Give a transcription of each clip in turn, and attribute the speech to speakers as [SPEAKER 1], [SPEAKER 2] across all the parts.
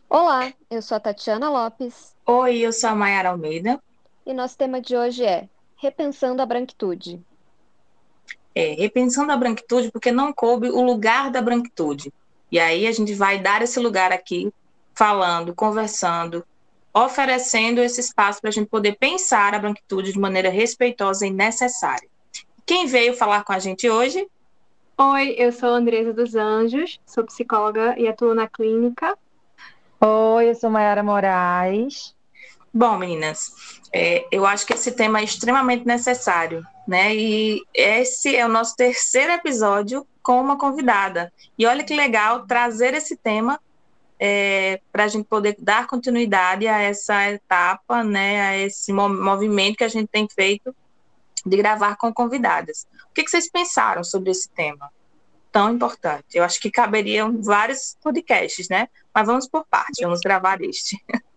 [SPEAKER 1] Olá, eu sou a Tatiana Lopes
[SPEAKER 2] Oi, eu sou a Mayara Almeida.
[SPEAKER 1] e nosso tema de hoje é Repensando a Branquitude.
[SPEAKER 2] Repensando a branquitude, porque não coube o lugar da branquitude. E aí a gente vai dar esse lugar aqui, falando, conversando, oferecendo esse espaço para a gente poder pensar a branquitude de maneira respeitosa e necessária. Quem veio falar com a gente hoje?
[SPEAKER 3] Oi, eu sou a Andresa dos Anjos, sou psicóloga e atuo na clínica.
[SPEAKER 4] Oi, eu sou Mayara Moraes.
[SPEAKER 2] Bom, meninas, eu acho que esse tema é extremamente necessário, né? E esse é o nosso terceiro episódio com uma convidada. E olha que legal trazer esse tema para a gente poder dar continuidade a essa etapa, né? A esse movimento que a gente tem feito de gravar com convidadas. O que vocês pensaram sobre esse tema tão importante? Eu acho que caberiam vários podcasts, né? Mas vamos por parte, vamos gravar este.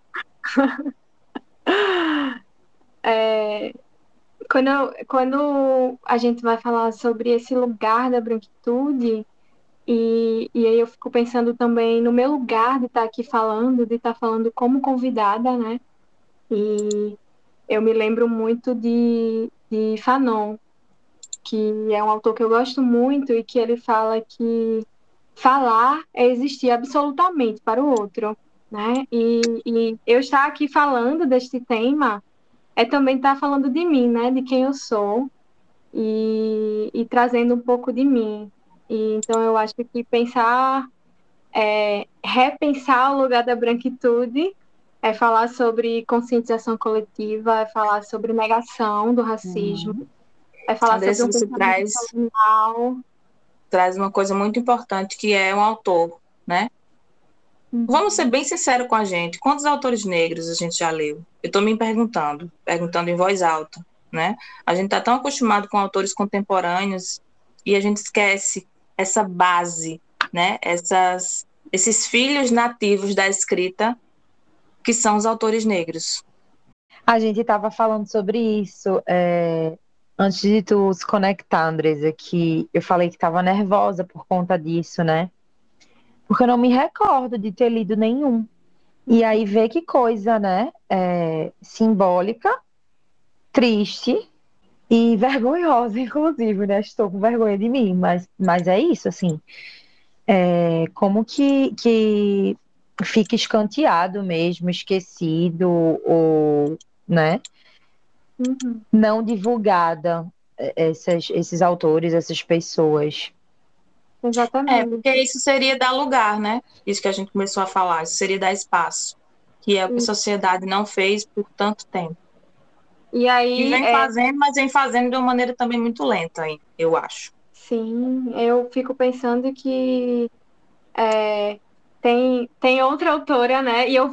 [SPEAKER 3] É, quando a gente vai falar sobre esse lugar da branquitude, e aí eu fico pensando também no meu lugar de estar aqui falando, de estar falando como convidada, né? E eu me lembro muito de Fanon, que é um autor que eu gosto muito e que ele fala que falar é existir absolutamente para o outro, né? E eu estar aqui falando deste tema é também estar falando de mim, né? De quem eu sou e trazendo um pouco de mim. E então eu acho que repensar o lugar da branquitude é falar sobre conscientização coletiva, é falar sobre negação do racismo,
[SPEAKER 2] Uhum.
[SPEAKER 3] é falar sobre
[SPEAKER 2] Andressa,
[SPEAKER 3] um
[SPEAKER 2] você
[SPEAKER 3] pensamento colonial.
[SPEAKER 2] traz uma coisa muito importante que é um autor, né? Vamos ser
[SPEAKER 3] Uhum.
[SPEAKER 2] bem sinceros com a gente. Quantos autores negros a gente já leu? Eu estou me perguntando em voz alta, né? A gente está tão acostumado com autores contemporâneos e a gente esquece essa base, né? Esses filhos nativos da escrita que são os autores negros.
[SPEAKER 4] A gente estava falando sobre isso antes de tu se conectar, Andresa, que eu falei que estava nervosa por conta disso, né? Porque eu não me recordo de ter lido nenhum. E aí vê que coisa, né? Simbólica, triste e vergonhosa, inclusive, né? Estou com vergonha de mim, mas é isso, assim. Como que fica escanteado mesmo, esquecido, ou, né?
[SPEAKER 3] Uhum.
[SPEAKER 4] Não divulgada esses autores, essas pessoas.
[SPEAKER 3] Exatamente.
[SPEAKER 2] Porque isso seria dar lugar, né? Isso que a gente começou a falar, isso seria dar espaço, que é o que a sociedade não fez por tanto tempo.
[SPEAKER 3] E
[SPEAKER 2] E
[SPEAKER 3] aí,
[SPEAKER 2] vem fazendo, mas vem fazendo de uma maneira também muito lenta, hein, eu acho.
[SPEAKER 3] sim, eu fico pensando que é, tem outra autora, né? E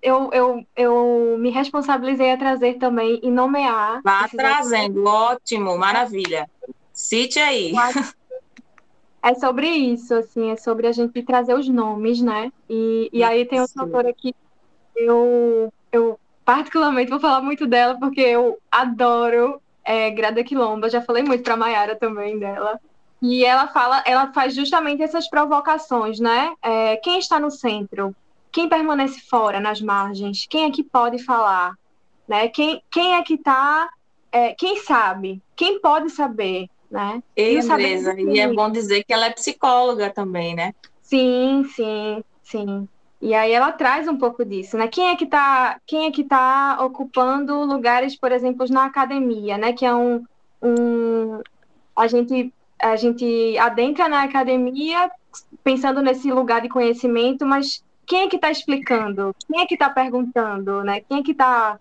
[SPEAKER 3] eu me responsabilizei a trazer também e nomear
[SPEAKER 2] Vá
[SPEAKER 3] esses autores.
[SPEAKER 2] trazendo, ótimo, maravilha. Cite aí.
[SPEAKER 3] É sobre isso, assim, é sobre a gente trazer os nomes, né? E aí tem outra
[SPEAKER 2] Isso.
[SPEAKER 3] autora que eu particularmente vou falar muito dela, porque eu adoro Grada Quilomba, já falei muito para Mayara também dela. E ela faz justamente essas provocações, né? Quem está no centro? Quem permanece fora, nas margens? Quem é que pode falar? Né? Quem é que está? Quem sabe? Quem pode saber? Né? E
[SPEAKER 2] Ei,
[SPEAKER 3] o saber é
[SPEAKER 2] Andresa, e é
[SPEAKER 3] infinito.
[SPEAKER 2] bom dizer que ela é psicóloga também, né?
[SPEAKER 3] Sim, sim, sim. E aí ela traz um pouco disso, né? Quem é que tá ocupando lugares, por exemplo, na academia, né? Que é um a gente a gente adentra na academia pensando nesse lugar de conhecimento, mas quem é que está explicando? Quem é que está perguntando, né? Quem é que está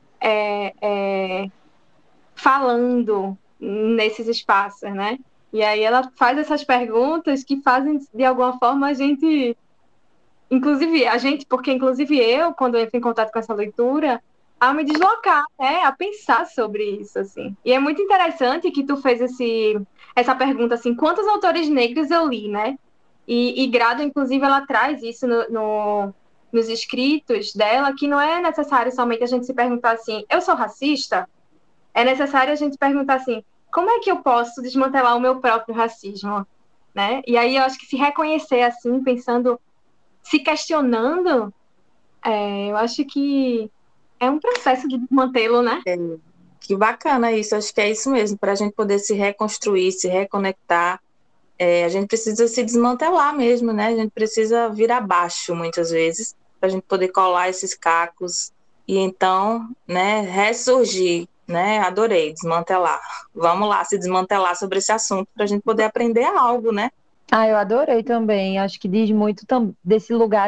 [SPEAKER 3] falando nesses espaços, né? E aí ela faz essas perguntas que fazem, de alguma forma, a gente. Inclusive, porque inclusive eu, quando entro em contato com essa leitura, a me deslocar, né, a pensar sobre isso, assim. E é muito interessante que tu fez essa pergunta, assim, quantos autores negros eu li, né? E Grado, inclusive, ela traz isso nos escritos dela, que não é necessário somente a gente se perguntar assim, eu sou racista? É necessário a gente perguntar assim, como é que eu posso desmantelar o meu próprio racismo, né? E aí eu acho que se reconhecer assim, pensando, se questionando, Eu acho que é um processo de mantê-lo, né?
[SPEAKER 2] Que bacana isso, acho que é isso mesmo, para a gente poder se reconstruir, se reconectar, a gente precisa se desmantelar mesmo, né? A gente precisa vir abaixo, muitas vezes, para a gente poder colar esses cacos e então, né, ressurgir, né? Adorei, desmantelar. Vamos lá, se desmantelar sobre esse assunto para a gente poder aprender algo, né?
[SPEAKER 4] Ah, eu adorei também. Acho que diz muito desse lugar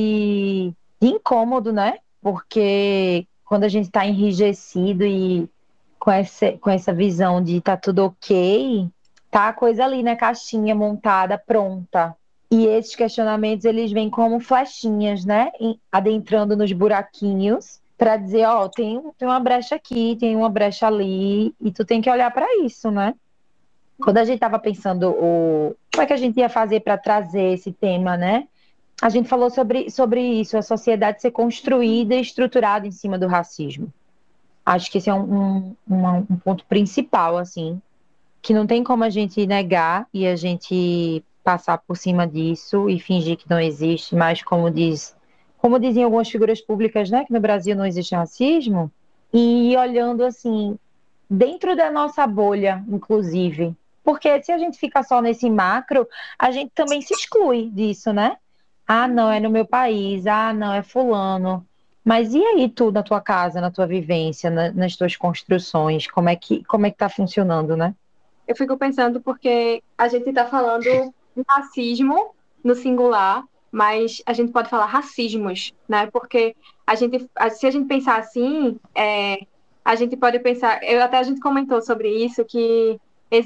[SPEAKER 4] de incômodo, né? Porque quando a gente está enrijecido e com essa visão de tá tudo ok, tá a coisa ali na caixinha montada, pronta. E esses questionamentos, eles vêm como flechinhas, né? Adentrando nos buraquinhos para dizer, ó, tem uma brecha aqui, tem uma brecha ali, e tu tem que olhar para isso, né? Quando a gente estava pensando como é que a gente ia fazer para trazer esse tema, né? A gente falou sobre isso, a sociedade ser construída e estruturada em cima do racismo. Acho que esse é um ponto principal, assim, que não tem como a gente negar e a gente passar por cima disso e fingir que não existe, mas como dizem algumas figuras públicas, né, que no Brasil não existe racismo, e olhando assim, dentro da nossa bolha, inclusive. Porque se a gente fica só nesse macro, a gente também se exclui disso, né? Ah, não, é no meu país. Ah, não, é fulano. Mas e aí tu na tua casa, na tua vivência, nas tuas construções? Como é que tá funcionando, né?
[SPEAKER 3] Eu fico pensando porque a gente está falando de racismo no singular, mas a gente pode falar racismos, né? Porque se a gente pensar assim, a gente pode pensar, a gente comentou sobre isso, que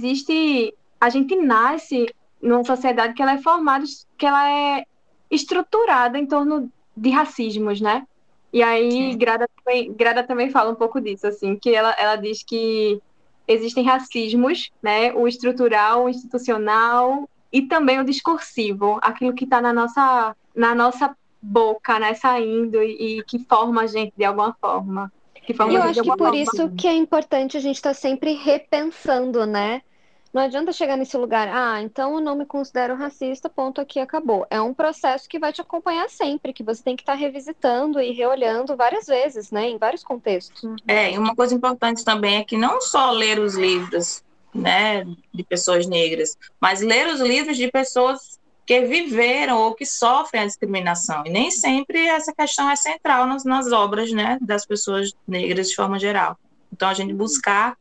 [SPEAKER 3] a gente nasce numa sociedade que ela é formada, que ela é estruturada em torno de racismos, né? E aí Grada também fala um pouco disso, assim, que ela diz que existem racismos, né? O estrutural, o institucional e também o discursivo, aquilo que está na nossa boca, né? Saindo e que forma a gente de alguma forma. Que
[SPEAKER 1] E
[SPEAKER 3] forma a
[SPEAKER 1] eu
[SPEAKER 3] gente de
[SPEAKER 1] acho que
[SPEAKER 3] alguma
[SPEAKER 1] por
[SPEAKER 3] forma.
[SPEAKER 1] isso que é importante a gente estar sempre repensando, né? Não adianta chegar nesse lugar, então eu não me considero racista, ponto aqui, acabou. É um processo que vai te acompanhar sempre, que você tem que estar revisitando e reolhando várias vezes, né? Em vários contextos.
[SPEAKER 2] E uma coisa importante também é que não só ler os livros, né, de pessoas negras, mas ler os livros de pessoas que viveram ou que sofrem a discriminação. E nem sempre essa questão é central nas obras, né, das pessoas negras de forma geral. Então, a gente buscar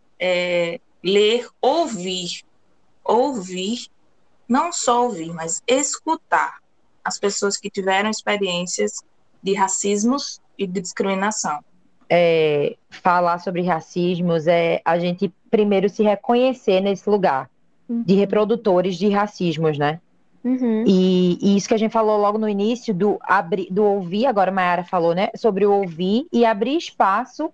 [SPEAKER 2] ler, ouvir, não só ouvir, mas escutar as pessoas que tiveram experiências de racismos e de discriminação.
[SPEAKER 4] Falar sobre racismos é a gente primeiro se reconhecer nesse lugar de reprodutores de racismos, né?
[SPEAKER 1] Uhum.
[SPEAKER 4] E isso que a gente falou logo no início do ouvir, agora a Mayara falou, né? Sobre o ouvir e abrir espaço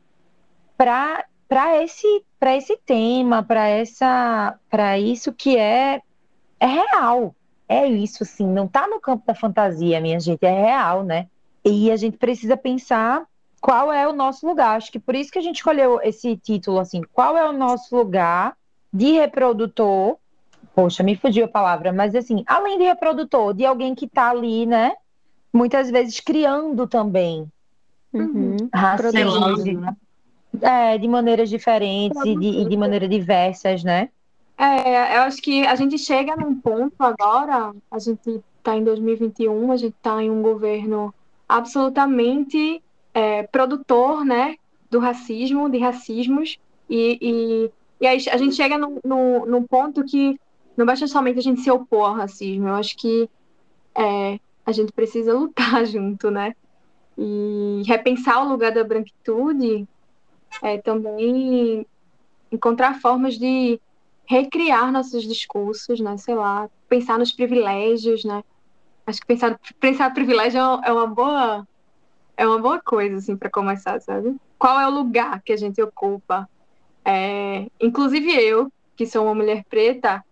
[SPEAKER 4] para esse tema, para isso que é real. É isso, sim, não está no campo da fantasia, minha gente, é real, né? E a gente precisa pensar qual é o nosso lugar. Acho que por isso que a gente escolheu esse título, assim, qual é o nosso lugar de reprodutor. Poxa, me fugiu a palavra, mas assim, além de reprodutor, de alguém que está ali, né? Muitas vezes criando também
[SPEAKER 1] Uhum.
[SPEAKER 4] racismo
[SPEAKER 2] Produzindo.
[SPEAKER 4] de maneiras diferentes e de maneira diversas, né?
[SPEAKER 3] Eu acho que a gente chega num ponto agora, a gente está em 2021, a gente está em um governo absolutamente produtor, né, do racismo, de racismos, e aí a gente chega num ponto que não basta somente a gente se opor ao racismo, eu acho que a gente precisa lutar junto, né, e repensar o lugar da branquitude também encontrar formas de recriar nossos discursos, né? Sei lá, pensar nos privilégios, né? Acho que pensar privilégio é uma boa coisa, assim, para começar, sabe? Qual é o lugar que a gente ocupa? Inclusive eu, que sou uma mulher preta,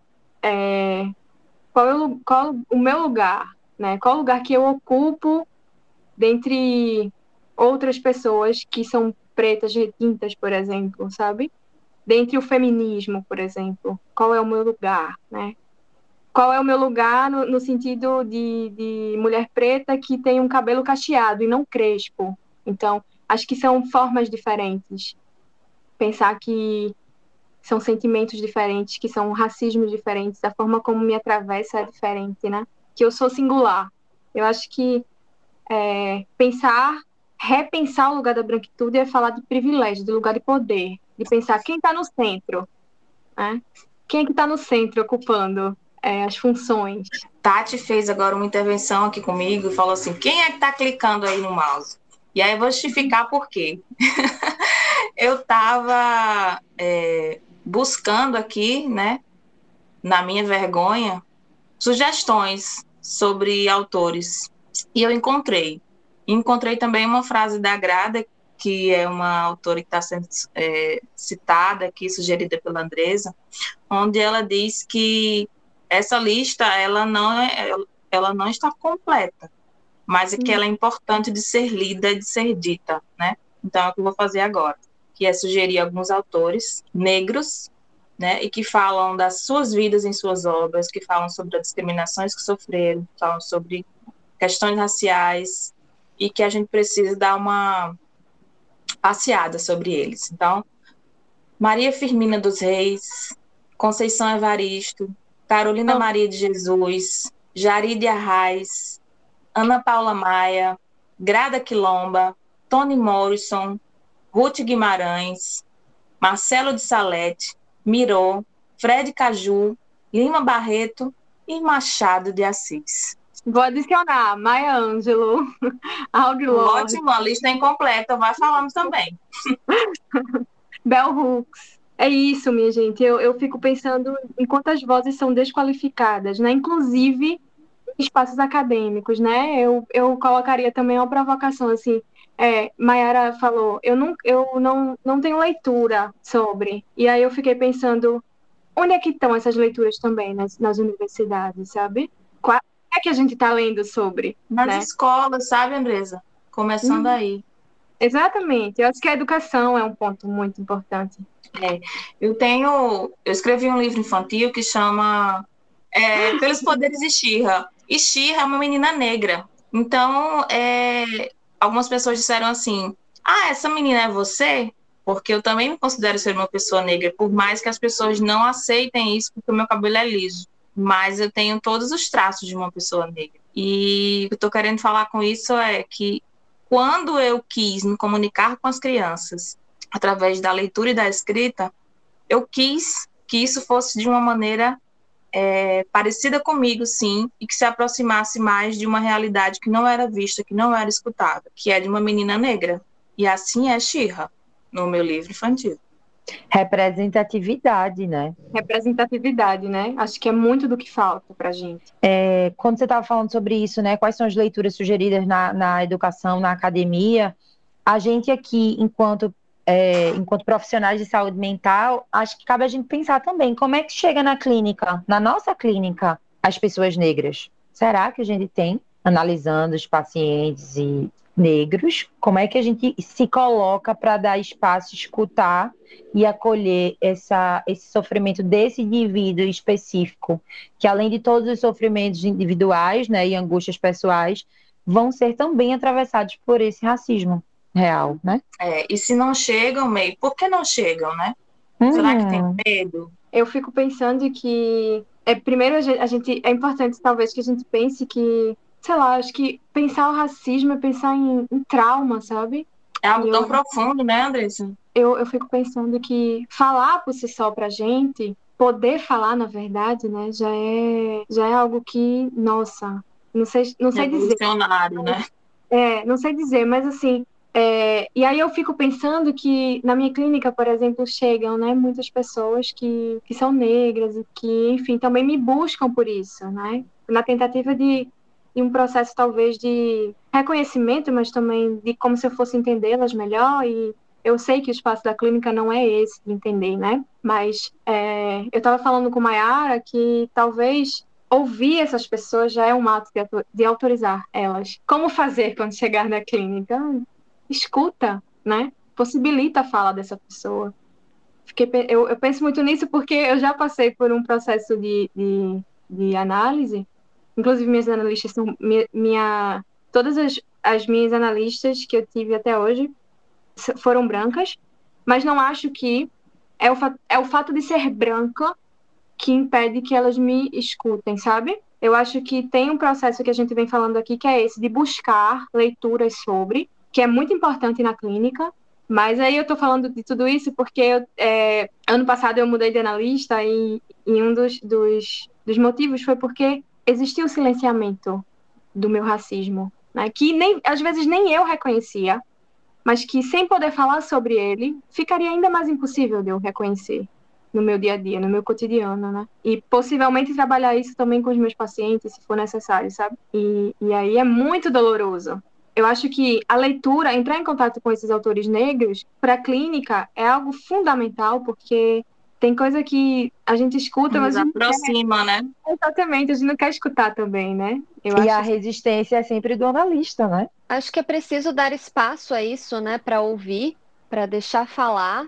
[SPEAKER 3] qual o meu lugar, né? Qual o lugar que eu ocupo dentre outras pessoas que são pretas retintas, por exemplo, sabe? Dentre o feminismo, por exemplo, qual é o meu lugar, né? qual é o meu lugar no sentido de mulher preta que tem um cabelo cacheado e não crespo. Então, acho que são formas diferentes. Pensar que são sentimentos diferentes, que são racismos diferentes, a forma como me atravessa é diferente, né? Que eu sou singular. Eu acho que repensar o lugar da branquitude é falar de privilégio, de lugar de poder, de pensar quem está no centro, né? Quem é que está no centro ocupando as funções.
[SPEAKER 2] Tati fez agora uma intervenção aqui comigo e falou assim: quem é que está clicando aí no mouse? E aí eu vou justificar por quê. Eu estava buscando aqui, né, na minha vergonha, sugestões sobre autores. E eu encontrei. Encontrei também uma frase da Grada, que é uma autora que está sendo citada aqui, sugerida pela Andresa, onde ela diz que essa lista ela não está completa, mas que ela é importante de ser lida, de ser dita, né? Então é o que eu vou fazer agora, que é sugerir alguns autores negros, né, e que falam das suas vidas em suas obras, que falam sobre as discriminações que sofreram, falam sobre questões raciais, e que a gente precisa dar uma passeada sobre eles. Então, Maria Firmina dos Reis, Conceição Evaristo, Carolina Maria de Jesus, Jaride Arraes, Ana Paula Maia, Grada Quilomba, Toni Morrison, Ruth Guimarães, Marcelo de Salete, Miró, Fred Caju, Lima Barreto e Machado de Assis.
[SPEAKER 3] Vou adicionar Maya Angelou, Audre Lorde.
[SPEAKER 2] Ótimo, a lista é incompleta, vai falando também.
[SPEAKER 3] Bell Hooks. É isso, minha gente. Eu fico pensando em quantas vozes são desqualificadas, né? Inclusive espaços acadêmicos, né? Eu colocaria também uma provocação assim. Mayara falou, eu não tenho leitura sobre. E aí eu fiquei pensando, onde é que estão essas leituras também nas universidades, sabe? Qual é que a gente está lendo sobre?
[SPEAKER 2] Nas escolas, sabe, Andresa? Começando aí.
[SPEAKER 3] Exatamente. Eu acho que a educação é um ponto muito importante.
[SPEAKER 2] Eu escrevi um livro infantil que chama Pelos Poderes de She-Ra. E She-Ra é uma menina negra. Então, algumas pessoas disseram assim: essa menina é você? Porque eu também me considero ser uma pessoa negra, por mais que as pessoas não aceitem isso, porque o meu cabelo é liso. Mas eu tenho todos os traços de uma pessoa negra. E o que eu estou querendo falar com isso é que quando eu quis me comunicar com as crianças através da leitura e da escrita, eu quis que isso fosse de uma maneira parecida comigo, sim, e que se aproximasse mais de uma realidade que não era vista, que não era escutada, que é de uma menina negra. E assim é She-Ra, no meu livro infantil.
[SPEAKER 4] Representatividade, né?
[SPEAKER 3] Representatividade, né? Acho que é muito do que falta pra gente.
[SPEAKER 4] Quando você estava falando sobre isso, né? Quais são as leituras sugeridas na educação, na academia? A gente aqui, enquanto profissionais de saúde mental, acho que cabe a gente pensar também como é que chega na clínica, na nossa clínica, as pessoas negras. Será que a gente tem, analisando os pacientes negros, como é que a gente se coloca para dar espaço, escutar e acolher esse sofrimento desse indivíduo específico, que além de todos os sofrimentos individuais, né, e angústias pessoais, vão ser também atravessados por esse racismo real, né?
[SPEAKER 2] E se não chegam, May, por que não chegam, né? Será que tem medo?
[SPEAKER 3] Eu fico pensando que primeiro é importante talvez que a gente pense que, sei lá, acho que pensar o racismo é pensar em trauma, sabe?
[SPEAKER 2] É algo tão profundo, né, Andressa?
[SPEAKER 3] Eu fico pensando que falar por si só pra gente, poder falar, na verdade, né, já é algo que, nossa, não sei dizer.
[SPEAKER 2] Revolucionário, né?
[SPEAKER 3] Não sei dizer, mas assim, e aí eu fico pensando que na minha clínica, por exemplo, chegam, né, muitas pessoas que são negras e que, enfim, também me buscam por isso, né? Na tentativa de um processo talvez de reconhecimento, mas também de como se eu fosse entendê-las melhor. E eu sei que o espaço da clínica não é esse de entender, né? Mas eu estava falando com Mayara que talvez ouvir essas pessoas já é um ato de autorizar elas. Como fazer quando chegar na clínica? Escuta, né? Possibilita a fala dessa pessoa. Eu penso muito nisso porque eu já passei por um processo de de análise. Inclusive, minhas analistas são todas as minhas analistas que eu tive até hoje foram brancas, mas não acho que é o fato de ser branca que impede que elas me escutem, sabe? Eu acho que tem um processo que a gente vem falando aqui, que é esse de buscar leituras sobre, que é muito importante na clínica, mas aí eu tô falando de tudo isso porque ano passado eu mudei de analista e um dos motivos foi porque existiu o silenciamento do meu racismo, né? Que às vezes nem eu reconhecia, mas que sem poder falar sobre ele, ficaria ainda mais impossível de eu reconhecer no meu dia a dia, no meu cotidiano, né? E possivelmente trabalhar isso também com os meus pacientes, se for necessário, sabe? E aí é muito doloroso. Eu acho que a leitura, entrar em contato com esses autores negros, para a clínica, é algo fundamental, porque tem coisa que a gente escuta, mas
[SPEAKER 2] Nos
[SPEAKER 3] a gente não
[SPEAKER 2] aproxima, né?
[SPEAKER 3] quer, exatamente, a gente não quer escutar também, né? Eu
[SPEAKER 4] E
[SPEAKER 3] acho
[SPEAKER 4] a resistência é sempre do analista, né?
[SPEAKER 1] Acho que é preciso dar espaço a isso, né, para ouvir, para deixar falar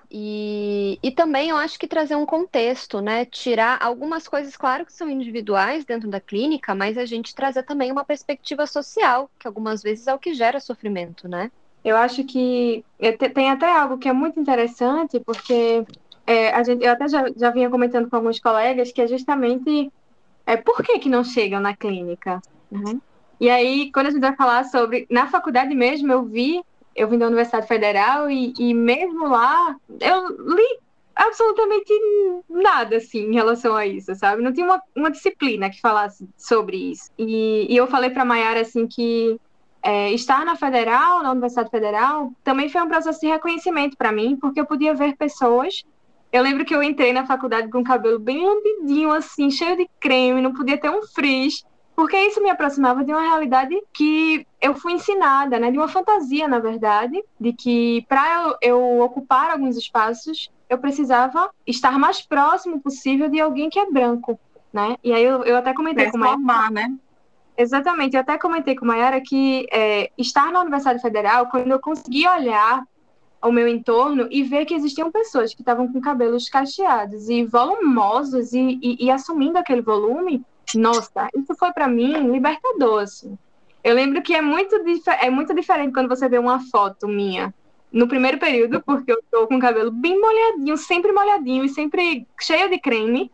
[SPEAKER 1] e também eu acho que trazer um contexto, né, tirar algumas coisas, claro que são individuais dentro da clínica, mas a gente trazer também uma perspectiva social, que algumas vezes é o que gera sofrimento, né?
[SPEAKER 3] Eu acho que tem até algo que é muito interessante, porque eu até já vinha comentando com alguns colegas que é justamente por que não chegam na clínica, né? E aí, quando a gente vai falar sobre... Na faculdade mesmo, eu vim da Universidade Federal e mesmo lá, eu li absolutamente nada, assim, em relação a isso, sabe? Não tinha uma disciplina que falasse sobre isso. E eu falei para a Mayara, assim, que estar na Federal, na Universidade Federal, também foi um processo de reconhecimento para mim, porque eu podia ver pessoas. Eu lembro que eu entrei na faculdade com o cabelo bem lambidinho, assim, cheio de creme, não podia ter um frizz, porque isso me aproximava de uma realidade que eu fui ensinada, né? De uma fantasia, na verdade, de que para eu ocupar alguns espaços, eu precisava estar mais próximo possível de alguém que é branco, né? E aí eu até comentei com uma...
[SPEAKER 2] Transformar, né?
[SPEAKER 3] Exatamente, eu até comentei com a Mayara que estar na Universidade Federal, quando eu consegui olhar ao meu entorno e ver que existiam pessoas que estavam com cabelos cacheados e volumosos e assumindo aquele volume, nossa, isso foi para mim libertador, assim. Eu lembro que é muito diferente quando você vê uma foto minha no primeiro período, porque eu tô com o cabelo bem molhadinho e sempre cheio de creme,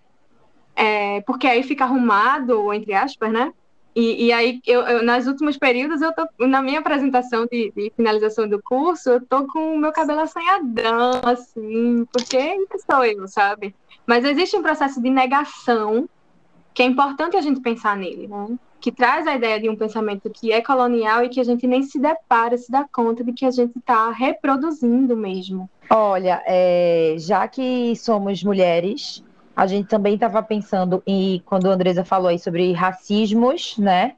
[SPEAKER 3] porque aí fica arrumado, entre aspas, né? E aí, nas últimos períodos, eu tô, na minha apresentação de finalização do curso, eu tô com o meu cabelo assanhadão, assim, porque isso sou eu, sabe? Mas existe um processo de negação que é importante a gente pensar nele, né? Que traz a ideia de um pensamento que é colonial e que a gente nem se dá conta de que a gente está reproduzindo mesmo.
[SPEAKER 4] Olha, já que somos mulheres, a gente também estava pensando em, quando a Andresa falou aí sobre racismos, né?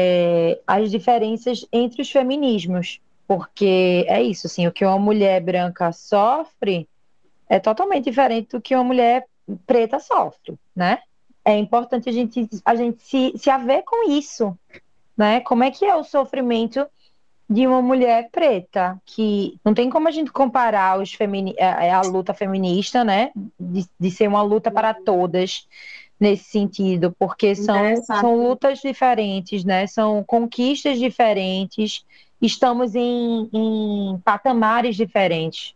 [SPEAKER 4] As diferenças entre os feminismos. Porque é isso, assim, o que uma mulher branca sofre é totalmente diferente do que uma mulher preta sofre, né? É importante a gente se haver com isso, né? Como é que é o sofrimento de uma mulher preta, que não tem como a gente comparar a luta feminista, né? De ser uma luta para todas nesse sentido, porque são
[SPEAKER 2] Interessante.
[SPEAKER 4] lutas diferentes, né? São conquistas diferentes, estamos em patamares diferentes.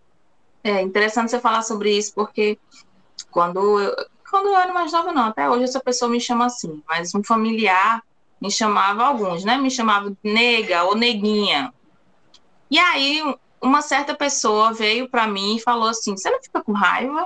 [SPEAKER 2] É interessante você falar sobre isso, porque quando eu era mais nova, não, até hoje essa pessoa me chama assim, mas um familiar me chamava, alguns, né? Me chamava de nega ou neguinha. E aí, uma certa pessoa veio para mim e falou assim: Você não fica com raiva?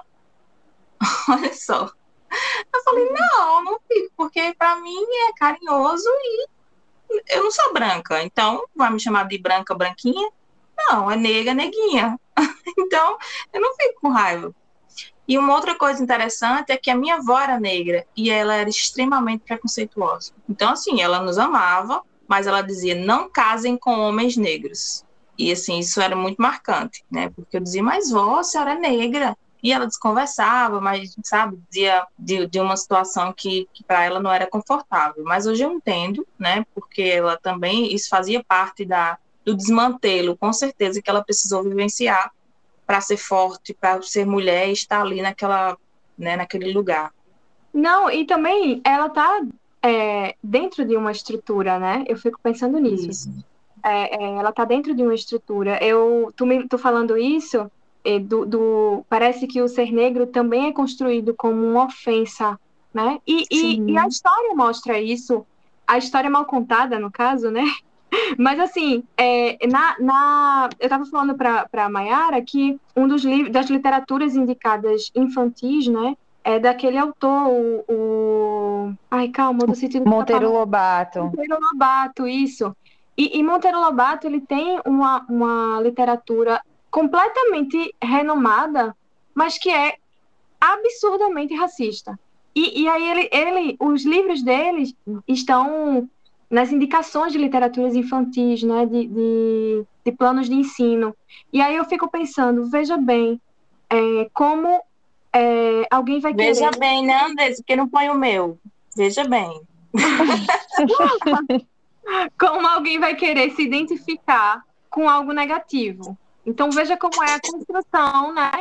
[SPEAKER 2] Olha só. Eu falei: Não fico, porque para mim é carinhoso e eu não sou branca. Então, vai me chamar de branca, branquinha? Não, é nega, neguinha. Então, eu não fico com raiva. E uma outra coisa interessante é que a minha avó era negra e ela era extremamente preconceituosa. Então, assim, ela nos amava, mas ela dizia: Não casem com homens negros. E, assim, isso era muito marcante, né? Porque eu dizia: Mas vó, a senhora é negra. E ela desconversava, mas, sabe, dizia de uma situação que para ela não era confortável. Mas hoje eu entendo, né? Porque ela também, isso fazia parte do desmantelo, com certeza, que ela precisou vivenciar para ser forte, para ser mulher e estar ali naquele lugar.
[SPEAKER 3] Não, e também ela tá dentro de uma estrutura, né? Eu fico pensando nisso.
[SPEAKER 2] Isso.
[SPEAKER 3] Ela tá dentro de uma estrutura. Tu falando isso, parece que o ser negro também é construído como uma ofensa, né? E a
[SPEAKER 1] Sim.
[SPEAKER 3] história mostra isso, a história mal contada, no caso, né? Mas assim, eu estava falando para a Mayara que um dos livros das literaturas indicadas infantis, né, é daquele autor, ai, calma, do sentido da
[SPEAKER 4] Monteiro
[SPEAKER 3] palavra,
[SPEAKER 4] Lobato.
[SPEAKER 3] Monteiro Lobato, isso. E Monteiro Lobato, ele tem uma literatura completamente renomada, mas que é absurdamente racista. E aí os livros deles estão nas indicações de literaturas infantis, né, de planos de ensino. E aí eu fico pensando, veja bem, como alguém vai
[SPEAKER 2] Veja
[SPEAKER 3] querer,
[SPEAKER 2] bem, né, Andressa? Porque não põe o meu. Veja bem.
[SPEAKER 3] como alguém vai querer se identificar com algo negativo. Então veja como é a construção, né,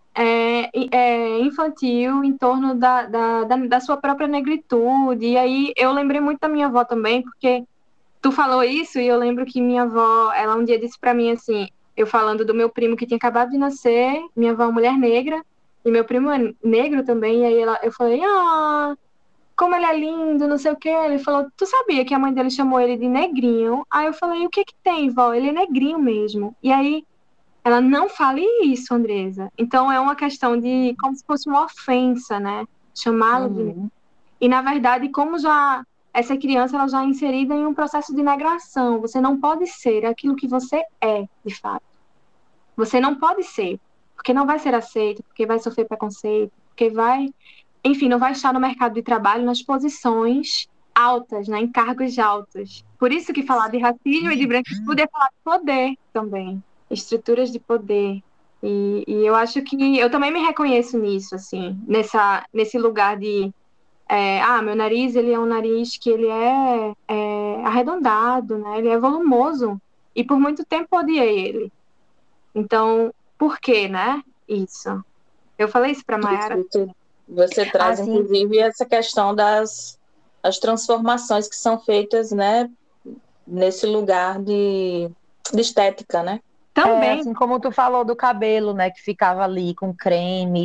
[SPEAKER 3] infantil em torno da sua própria negritude. E aí eu lembrei muito da minha avó também, porque tu falou isso e eu lembro que minha avó, ela um dia disse para mim assim, eu falando do meu primo que tinha acabado de nascer, minha avó é mulher negra, e meu primo é negro também, e aí eu falei, como ele é lindo, não sei o quê. Ele falou, tu sabia que a mãe dele chamou ele de negrinho? Aí eu falei, o que que tem, vó? Ele é negrinho mesmo. E aí ela não fale isso, Andresa. Então é uma questão de como se fosse uma ofensa, né? Chamá-lo de.
[SPEAKER 2] Uhum.
[SPEAKER 3] E na verdade, como já essa criança ela já é inserida em um processo de negação, você não pode ser aquilo que você é, de fato. Você não pode ser, porque não vai ser aceito, porque vai sofrer preconceito, porque vai, enfim, não vai estar no mercado de trabalho nas posições altas, né, em cargos altos. Por isso que falar de racismo e de branquitude é falar de poder também, estruturas de poder. E eu acho que eu também me reconheço nisso, assim, nesse lugar de meu nariz, ele é um nariz que ele é arredondado, né? Ele é volumoso. E por muito tempo odiei ele. Então, por quê, né? Isso. Eu falei isso para Mayara.
[SPEAKER 2] Você traz,
[SPEAKER 4] Assim,
[SPEAKER 2] inclusive, essa questão das transformações que são feitas, né, nesse lugar de estética, né?
[SPEAKER 3] Também.
[SPEAKER 4] assim como tu falou do cabelo, né, que ficava ali com creme,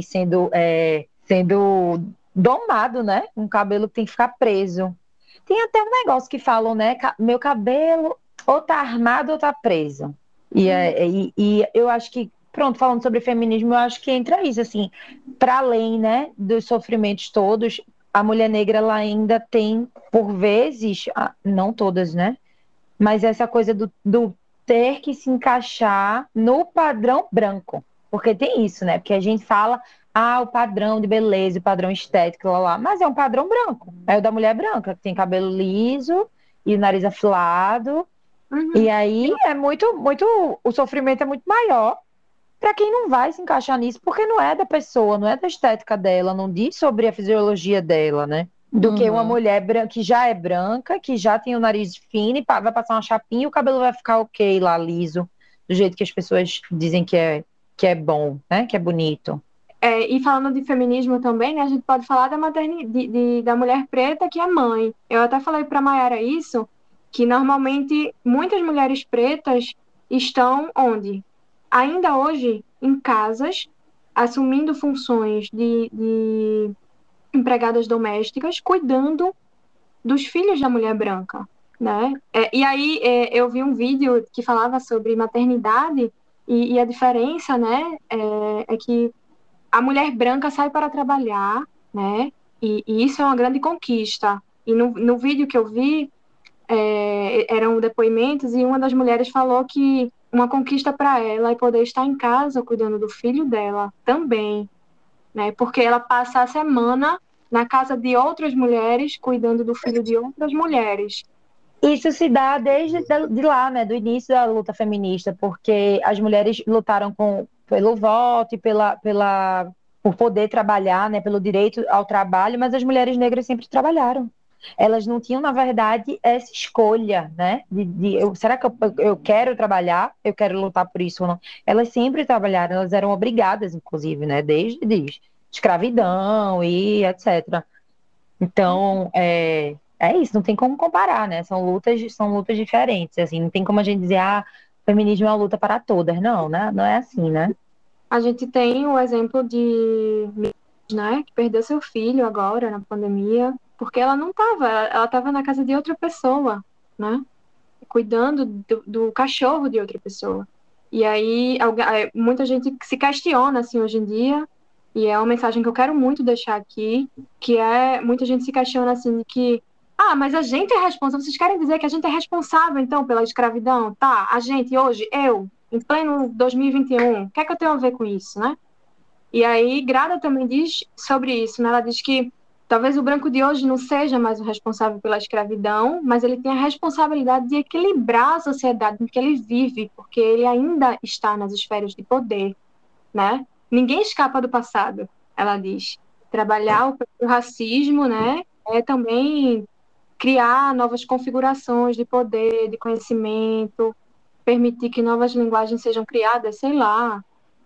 [SPEAKER 4] sendo domado, né? Um cabelo que tem que ficar preso. Tem até um negócio que falam, né? Meu cabelo ou tá armado ou tá preso. E eu acho que, pronto, falando sobre feminismo, eu acho que entra isso, assim, para além, né, dos sofrimentos todos, a mulher negra, ela ainda tem, por vezes, não todas, né? Mas essa coisa do ter que se encaixar no padrão branco. Porque tem isso, né? Porque a gente fala, o padrão de beleza, o padrão estético, lá. Mas é um padrão branco. É o da mulher branca, que tem cabelo liso e o nariz afilado.
[SPEAKER 3] Uhum.
[SPEAKER 4] E aí é muito, o sofrimento é muito maior para quem não vai se encaixar nisso, porque não é da pessoa, não é da estética dela, não diz sobre a fisiologia dela, né? Do que uma
[SPEAKER 2] Uhum.
[SPEAKER 4] mulher que já é branca, que já tem o nariz fino e vai passar uma chapinha e o cabelo vai ficar ok lá, liso, do jeito que as pessoas dizem que é bom, né? Que é bonito.
[SPEAKER 3] E falando de feminismo também, né, a gente pode falar da maternidade, da mulher preta que é mãe. Eu até falei para Mayara isso, que normalmente muitas mulheres pretas estão onde? Ainda hoje em casas, assumindo funções de empregadas domésticas, cuidando dos filhos da mulher branca, né? E aí eu vi um vídeo que falava sobre maternidade e a diferença, né, é que a mulher branca sai para trabalhar, né? E isso é uma grande conquista. E no vídeo que eu vi, eram depoimentos, e uma das mulheres falou que uma conquista para ela é poder estar em casa cuidando do filho dela também, né? Porque ela passa a semana na casa de outras mulheres, cuidando do filho de outras mulheres.
[SPEAKER 4] Isso se dá desde de lá, né, do início da luta feminista, porque as mulheres lutaram pelo voto e por poder trabalhar, né, pelo direito ao trabalho, mas as mulheres negras sempre trabalharam. Elas não tinham, na verdade, essa escolha, né? Será que eu quero trabalhar? Eu quero lutar por isso ou não? Elas sempre trabalharam, elas eram obrigadas, inclusive, né? Desde escravidão e etc. Então, é isso, não tem como comparar, né? São lutas diferentes, assim, não tem como a gente dizer, feminismo é uma luta para todas. Não, né? Não é assim, né?
[SPEAKER 3] A gente tem o exemplo de, né, que perdeu seu filho agora na pandemia, porque ela não estava, ela estava na casa de outra pessoa, né? Cuidando do cachorro de outra pessoa. E aí, muita gente se questiona, assim, hoje em dia, e é uma mensagem que eu quero muito deixar aqui, que é, muita gente se questiona, assim, de que, mas a gente é responsável, vocês querem dizer que a gente é responsável, então, pela escravidão? Tá, a gente, hoje, eu, em pleno 2021, o que é que eu tenho a ver com isso, né? E aí, Grada também diz sobre isso, né? Ela diz que talvez o branco de hoje não seja mais o responsável pela escravidão, mas ele tem a responsabilidade de equilibrar a sociedade em que ele vive, porque ele ainda está nas esferas de poder, né? Ninguém escapa do passado, ela diz. Trabalhar o racismo, né, é também criar novas configurações de poder, de conhecimento, permitir que novas linguagens sejam criadas, sei lá,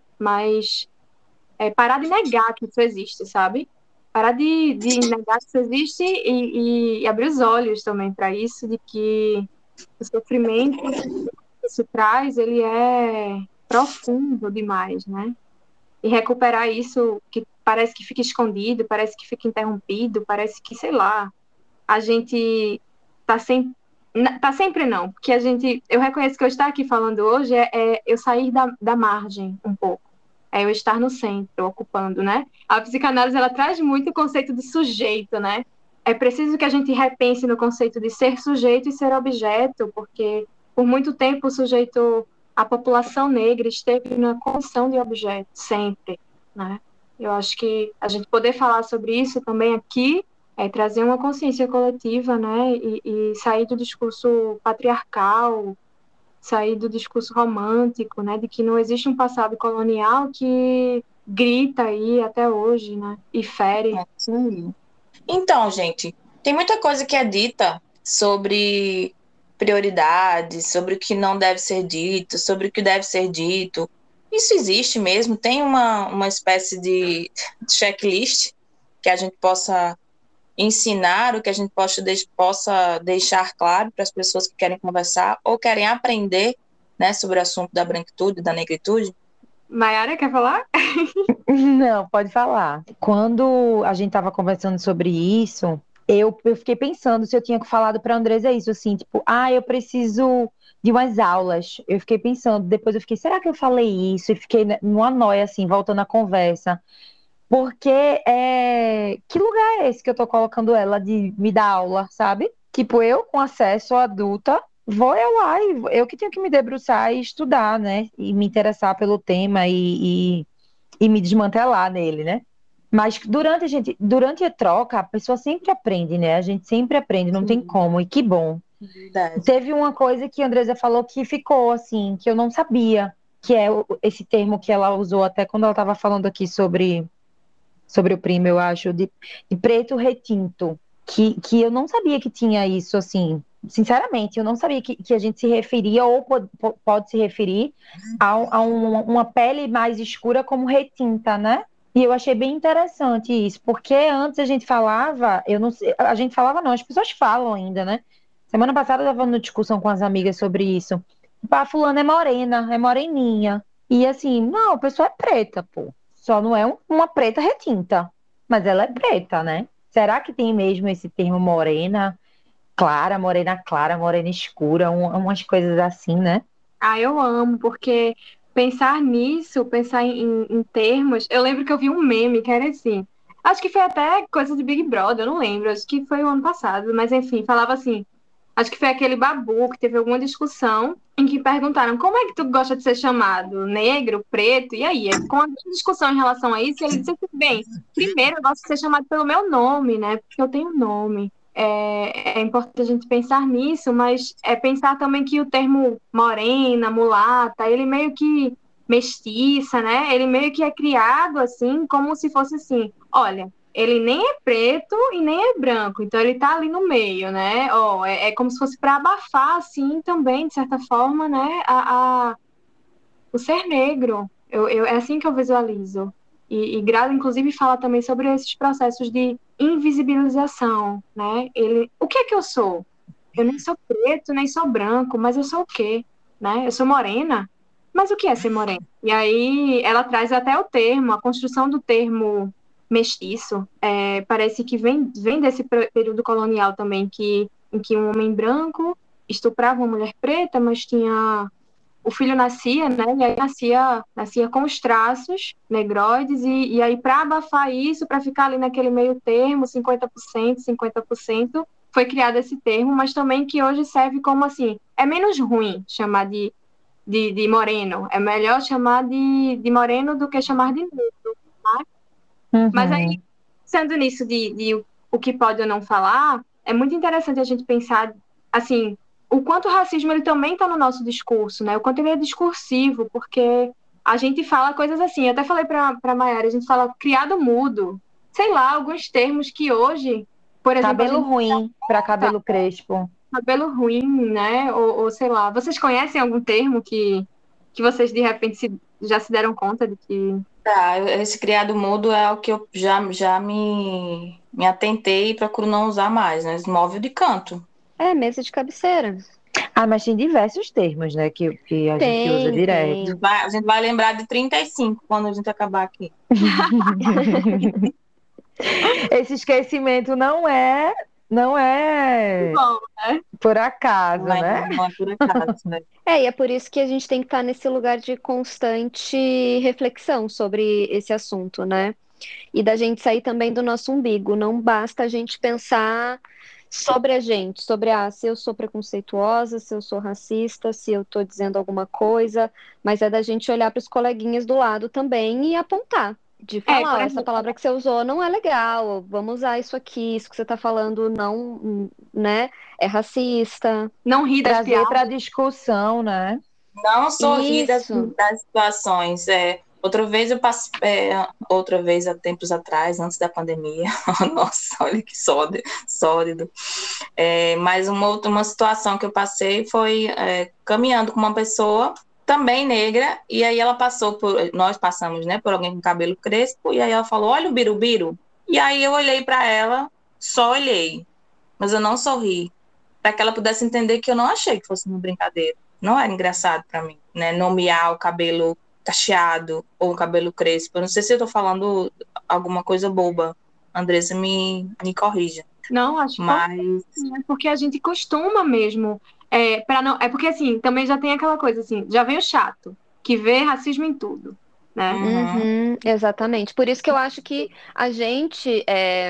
[SPEAKER 3] mas parar de negar que isso existe, sabe? Parar de negar que isso existe e abrir os olhos também para isso, de que o sofrimento que isso traz, ele é profundo demais, né? E recuperar isso que parece que fica escondido, parece que fica interrompido, parece que, sei lá, a gente tá sempre. Tá sempre não, porque eu reconheço que eu estar aqui falando hoje é eu sair da margem um pouco, é eu estar no centro, ocupando, né? A psicanálise, ela traz muito o conceito de sujeito, né? É preciso que a gente repense no conceito de ser sujeito e ser objeto, porque por muito tempo o sujeito, a população negra esteve na condição de objeto, sempre, né? Eu acho que a gente poder falar sobre isso também aqui é trazer uma consciência coletiva, né? E sair do discurso patriarcal, sair do discurso romântico, né, de que não existe um passado colonial que grita aí até hoje, né, e fere.
[SPEAKER 2] Sim. Então, gente, tem muita coisa que é dita sobre prioridades, sobre o que não deve ser dito, sobre o que deve ser dito. Isso existe mesmo, tem uma espécie de checklist que a gente possa ensinar, o que a gente possa deixar claro para as pessoas que querem conversar ou querem aprender, né, sobre o assunto da branquitude, da negritude.
[SPEAKER 3] Mayara, quer falar?
[SPEAKER 4] Não, pode falar. Quando a gente tava conversando sobre isso, eu fiquei pensando se eu tinha falado pra Andresa isso, assim, tipo, eu preciso de umas aulas. Eu fiquei pensando, depois eu fiquei, será que eu falei isso? E fiquei numa noia, assim, voltando à conversa. Porque que lugar é esse que eu tô colocando ela de me dar aula, sabe? Tipo, eu com acesso adulta, vou eu lá e eu que tenho que me debruçar e estudar, né? E me interessar pelo tema e me desmantelar nele, né? Mas durante a troca, a pessoa sempre aprende, né? A gente sempre aprende, não tem como, e que bom.
[SPEAKER 2] Verdade.
[SPEAKER 4] Teve uma coisa que a Andresa falou que ficou assim, que eu não sabia, que é esse termo que ela usou até quando ela estava falando aqui sobre o primo, eu acho, de preto retinto, que eu não sabia que tinha isso, assim, sinceramente, eu não sabia que a gente se referia, ou pode se referir uma pele mais escura como retinta, né? E eu achei bem interessante isso, porque antes a gente falava, eu não sei, a gente falava não, as pessoas falam ainda, né? Semana passada eu estava numa discussão com as amigas sobre isso. Tipo, fulana é morena, é moreninha. E assim, não, a pessoa é preta, pô. Só não é uma preta retinta, mas ela é preta, né? Será que tem mesmo esse termo morena morena escura, umas coisas assim, né?
[SPEAKER 3] Eu amo, porque pensar nisso, pensar em termos. Eu lembro que eu vi um meme que era assim. Acho que foi até coisa de Big Brother, eu não lembro. Acho que foi o ano passado, mas enfim, falava assim. Acho que foi aquele Babu que teve alguma discussão em que perguntaram como é que tu gosta de ser chamado? Negro, preto? E aí? Com a discussão em relação a isso, ele disse assim, bem, primeiro eu gosto de ser chamado pelo meu nome, né? Porque eu tenho nome. É importante a gente pensar nisso, mas é pensar também que o termo morena, mulata, ele meio que mestiça, né? Ele meio que é criado assim, como se fosse assim, olha, ele nem é preto e nem é branco, então ele tá ali no meio, né? É como se fosse para abafar, assim, também, de certa forma, né? O ser negro. É assim que eu visualizo. E Grado, inclusive, fala também sobre esses processos de invisibilização, né? O que é que eu sou? Eu nem sou preto, nem sou branco, mas eu sou o quê? Né? Eu sou morena, mas o que é ser morena? E aí ela traz até o termo, a construção do termo mestiço, parece que vem desse período colonial também, em que um homem branco estuprava uma mulher preta, mas o filho nascia, né? E aí nascia com os traços negroides, e aí, para abafar isso, para ficar ali naquele meio termo, 50%, 50%, foi criado esse termo, mas também que hoje serve como assim, é menos ruim chamar de moreno, é melhor chamar de moreno do que chamar de negro, tá? Mas aí,
[SPEAKER 4] Uhum.
[SPEAKER 3] sendo nisso de o que pode ou não falar, é muito interessante a gente pensar, assim, o quanto o racismo ele também está no nosso discurso, né? O quanto ele é discursivo, porque a gente fala coisas assim, eu até falei para Mayara, a gente fala criado mudo, sei lá, alguns termos que hoje, por exemplo, a
[SPEAKER 4] Cabelo
[SPEAKER 3] gente
[SPEAKER 4] ruim para
[SPEAKER 3] tá,
[SPEAKER 4] cabelo crespo.
[SPEAKER 3] cabelo ruim, né? Ou sei lá, vocês conhecem algum termo que vocês de repente já se deram conta de que
[SPEAKER 2] Tá, esse criado mudo é o que eu já me atentei e procuro não usar mais, né? Esse móvel de canto.
[SPEAKER 1] É, mesa de cabeceira.
[SPEAKER 4] Ah, mas tem diversos termos, né, que a gente usa
[SPEAKER 1] Tem,
[SPEAKER 4] direto.
[SPEAKER 1] tem.
[SPEAKER 2] A gente vai lembrar de 35 quando a gente acabar aqui.
[SPEAKER 4] Esse esquecimento não é
[SPEAKER 3] bom, né?
[SPEAKER 4] por acaso,
[SPEAKER 2] Não é,
[SPEAKER 4] né?
[SPEAKER 2] não é por acaso, né?
[SPEAKER 1] E é por isso que a gente tem que estar nesse lugar de constante reflexão sobre esse assunto, né? E da gente sair também do nosso umbigo. Não basta a gente pensar sobre a gente, sobre se eu sou preconceituosa, se eu sou racista, se eu estou dizendo alguma coisa, mas é da gente olhar para os coleguinhas do lado também e apontar. De falar,
[SPEAKER 3] Por
[SPEAKER 1] ó, essa
[SPEAKER 3] exemplo,
[SPEAKER 1] palavra que você usou não é legal, vamos usar isso aqui, isso que você está falando não, né, é racista.
[SPEAKER 3] não rir das
[SPEAKER 4] Trazer para
[SPEAKER 3] piadas.
[SPEAKER 4] discussão, né?
[SPEAKER 2] Não sorrir
[SPEAKER 1] Isso.
[SPEAKER 2] das situações. Outra vez há tempos atrás, antes da pandemia. Nossa, olha que sólido. Mas uma situação que eu passei foi caminhando com uma pessoa também negra, e aí nós passamos, né, por alguém com cabelo crespo, e aí ela falou, olha o birubiru. E aí eu olhei para ela, só olhei, mas eu não sorri, para que ela pudesse entender que eu não achei que fosse uma brincadeira. Não era engraçado para mim, né, nomear o cabelo cacheado ou o cabelo crespo. Eu não sei se eu estou falando alguma coisa boba. Andressa, me corrija.
[SPEAKER 3] Não, acho que
[SPEAKER 2] Mas
[SPEAKER 3] é porque a gente costuma mesmo. É porque assim, também já tem aquela coisa assim, já vem o chato, que vê racismo em tudo, né?
[SPEAKER 2] uhum,
[SPEAKER 1] Exatamente. Por isso que eu acho que a gente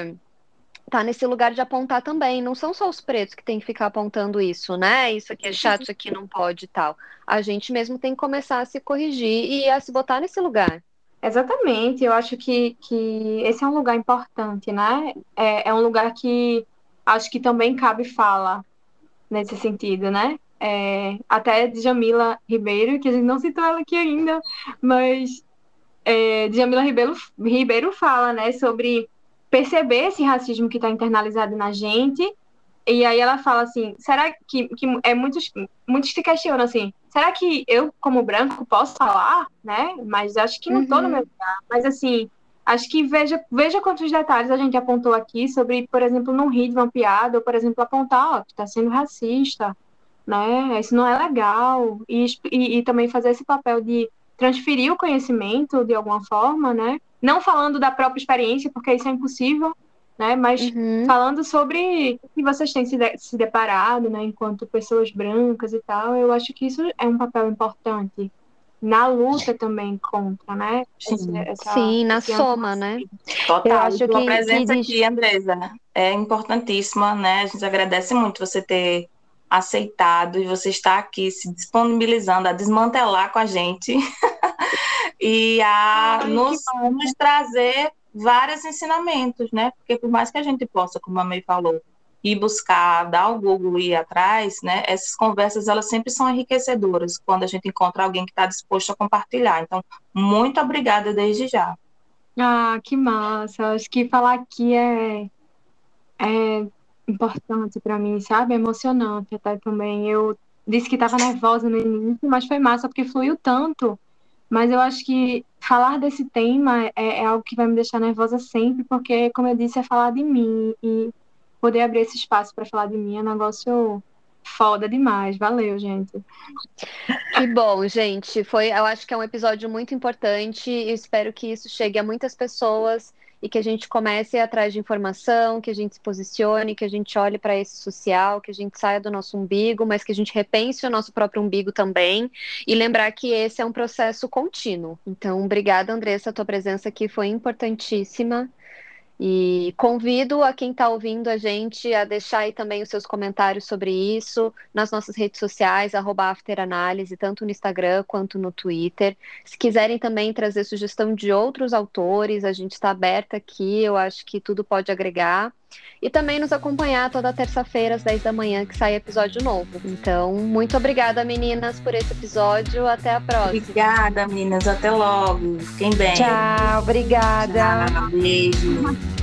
[SPEAKER 1] tá nesse lugar de apontar também. Não são só os pretos que tem que ficar apontando isso, né? Isso aqui é chato, isso aqui não pode e tal. A gente mesmo tem que começar a se corrigir e a se botar nesse lugar.
[SPEAKER 3] Exatamente, eu acho que esse é um lugar importante, né? É um lugar que acho que também cabe fala nesse sentido, né? Até Djamila Ribeiro, que a gente não citou ela aqui ainda, mas Djamila Ribeiro fala, né, sobre perceber esse racismo que está internalizado na gente. E aí ela fala assim, será que muitos se questionam assim, será que eu, como branco, posso falar, né? Mas acho que não estou no meu
[SPEAKER 1] Uhum.
[SPEAKER 3] lugar. Mas assim, acho que veja quantos detalhes a gente apontou aqui sobre, por exemplo, não rir de uma piada, ou, por exemplo, apontar, ó, tu tá sendo racista, né? Isso não é legal. E também fazer esse papel de transferir o conhecimento de alguma forma, né? Não falando da própria experiência, porque isso é impossível, né? Mas
[SPEAKER 1] Uhum.
[SPEAKER 3] falando sobre o que vocês têm se deparado, né, enquanto pessoas brancas e tal, eu acho que isso é um papel importante na luta também contra, né?
[SPEAKER 2] sim,
[SPEAKER 1] Sim, na
[SPEAKER 3] Esse
[SPEAKER 1] soma, né?
[SPEAKER 3] antirracismo.
[SPEAKER 4] Eu
[SPEAKER 2] total. E
[SPEAKER 4] acho
[SPEAKER 2] tua
[SPEAKER 4] que
[SPEAKER 2] presença
[SPEAKER 4] diz.
[SPEAKER 2] aqui, Andresa, é importantíssima, né? A gente agradece muito você ter aceitado e você estar aqui se disponibilizando a desmantelar com a gente e a
[SPEAKER 3] Ai, que
[SPEAKER 2] nos trazer vários ensinamentos, né? Porque por mais que a gente possa, como a May falou, ir buscar, dar o Google e ir atrás, né? Essas conversas, elas sempre são enriquecedoras quando a gente encontra alguém que está disposto a compartilhar. Então, muito obrigada desde já.
[SPEAKER 3] que massa. Acho que falar aqui é importante para mim, sabe? É emocionante até também. Eu disse que estava nervosa no início, mas foi massa porque fluiu tanto. Mas eu acho que falar desse tema é algo que vai me deixar nervosa sempre, porque, como eu disse, é falar de mim. E poder abrir esse espaço para falar de mim é um negócio foda demais. Valeu, gente.
[SPEAKER 1] Que bom, gente. Eu acho que é um episódio muito importante e espero que isso chegue a muitas pessoas e que a gente comece a ir atrás de informação, que a gente se posicione, que a gente olhe para esse social, que a gente saia do nosso umbigo, mas que a gente repense o nosso próprio umbigo também e lembrar que esse é um processo contínuo. Então, obrigada, Andressa, a tua presença aqui foi importantíssima. E convido a quem está ouvindo a gente a deixar aí também os seus comentários sobre isso nas nossas redes sociais, @afteranálise, tanto no Instagram quanto no Twitter. Se quiserem também trazer sugestão de outros autores, a gente está aberta aqui, eu acho que tudo pode agregar. E também nos acompanhar toda terça-feira, às 10 da manhã, que sai episódio novo. Então, muito obrigada, meninas, por esse episódio. Até a próxima.
[SPEAKER 2] Obrigada, meninas. Até logo. Fiquem bem.
[SPEAKER 4] Tchau, obrigada.
[SPEAKER 2] Tchau, beijo.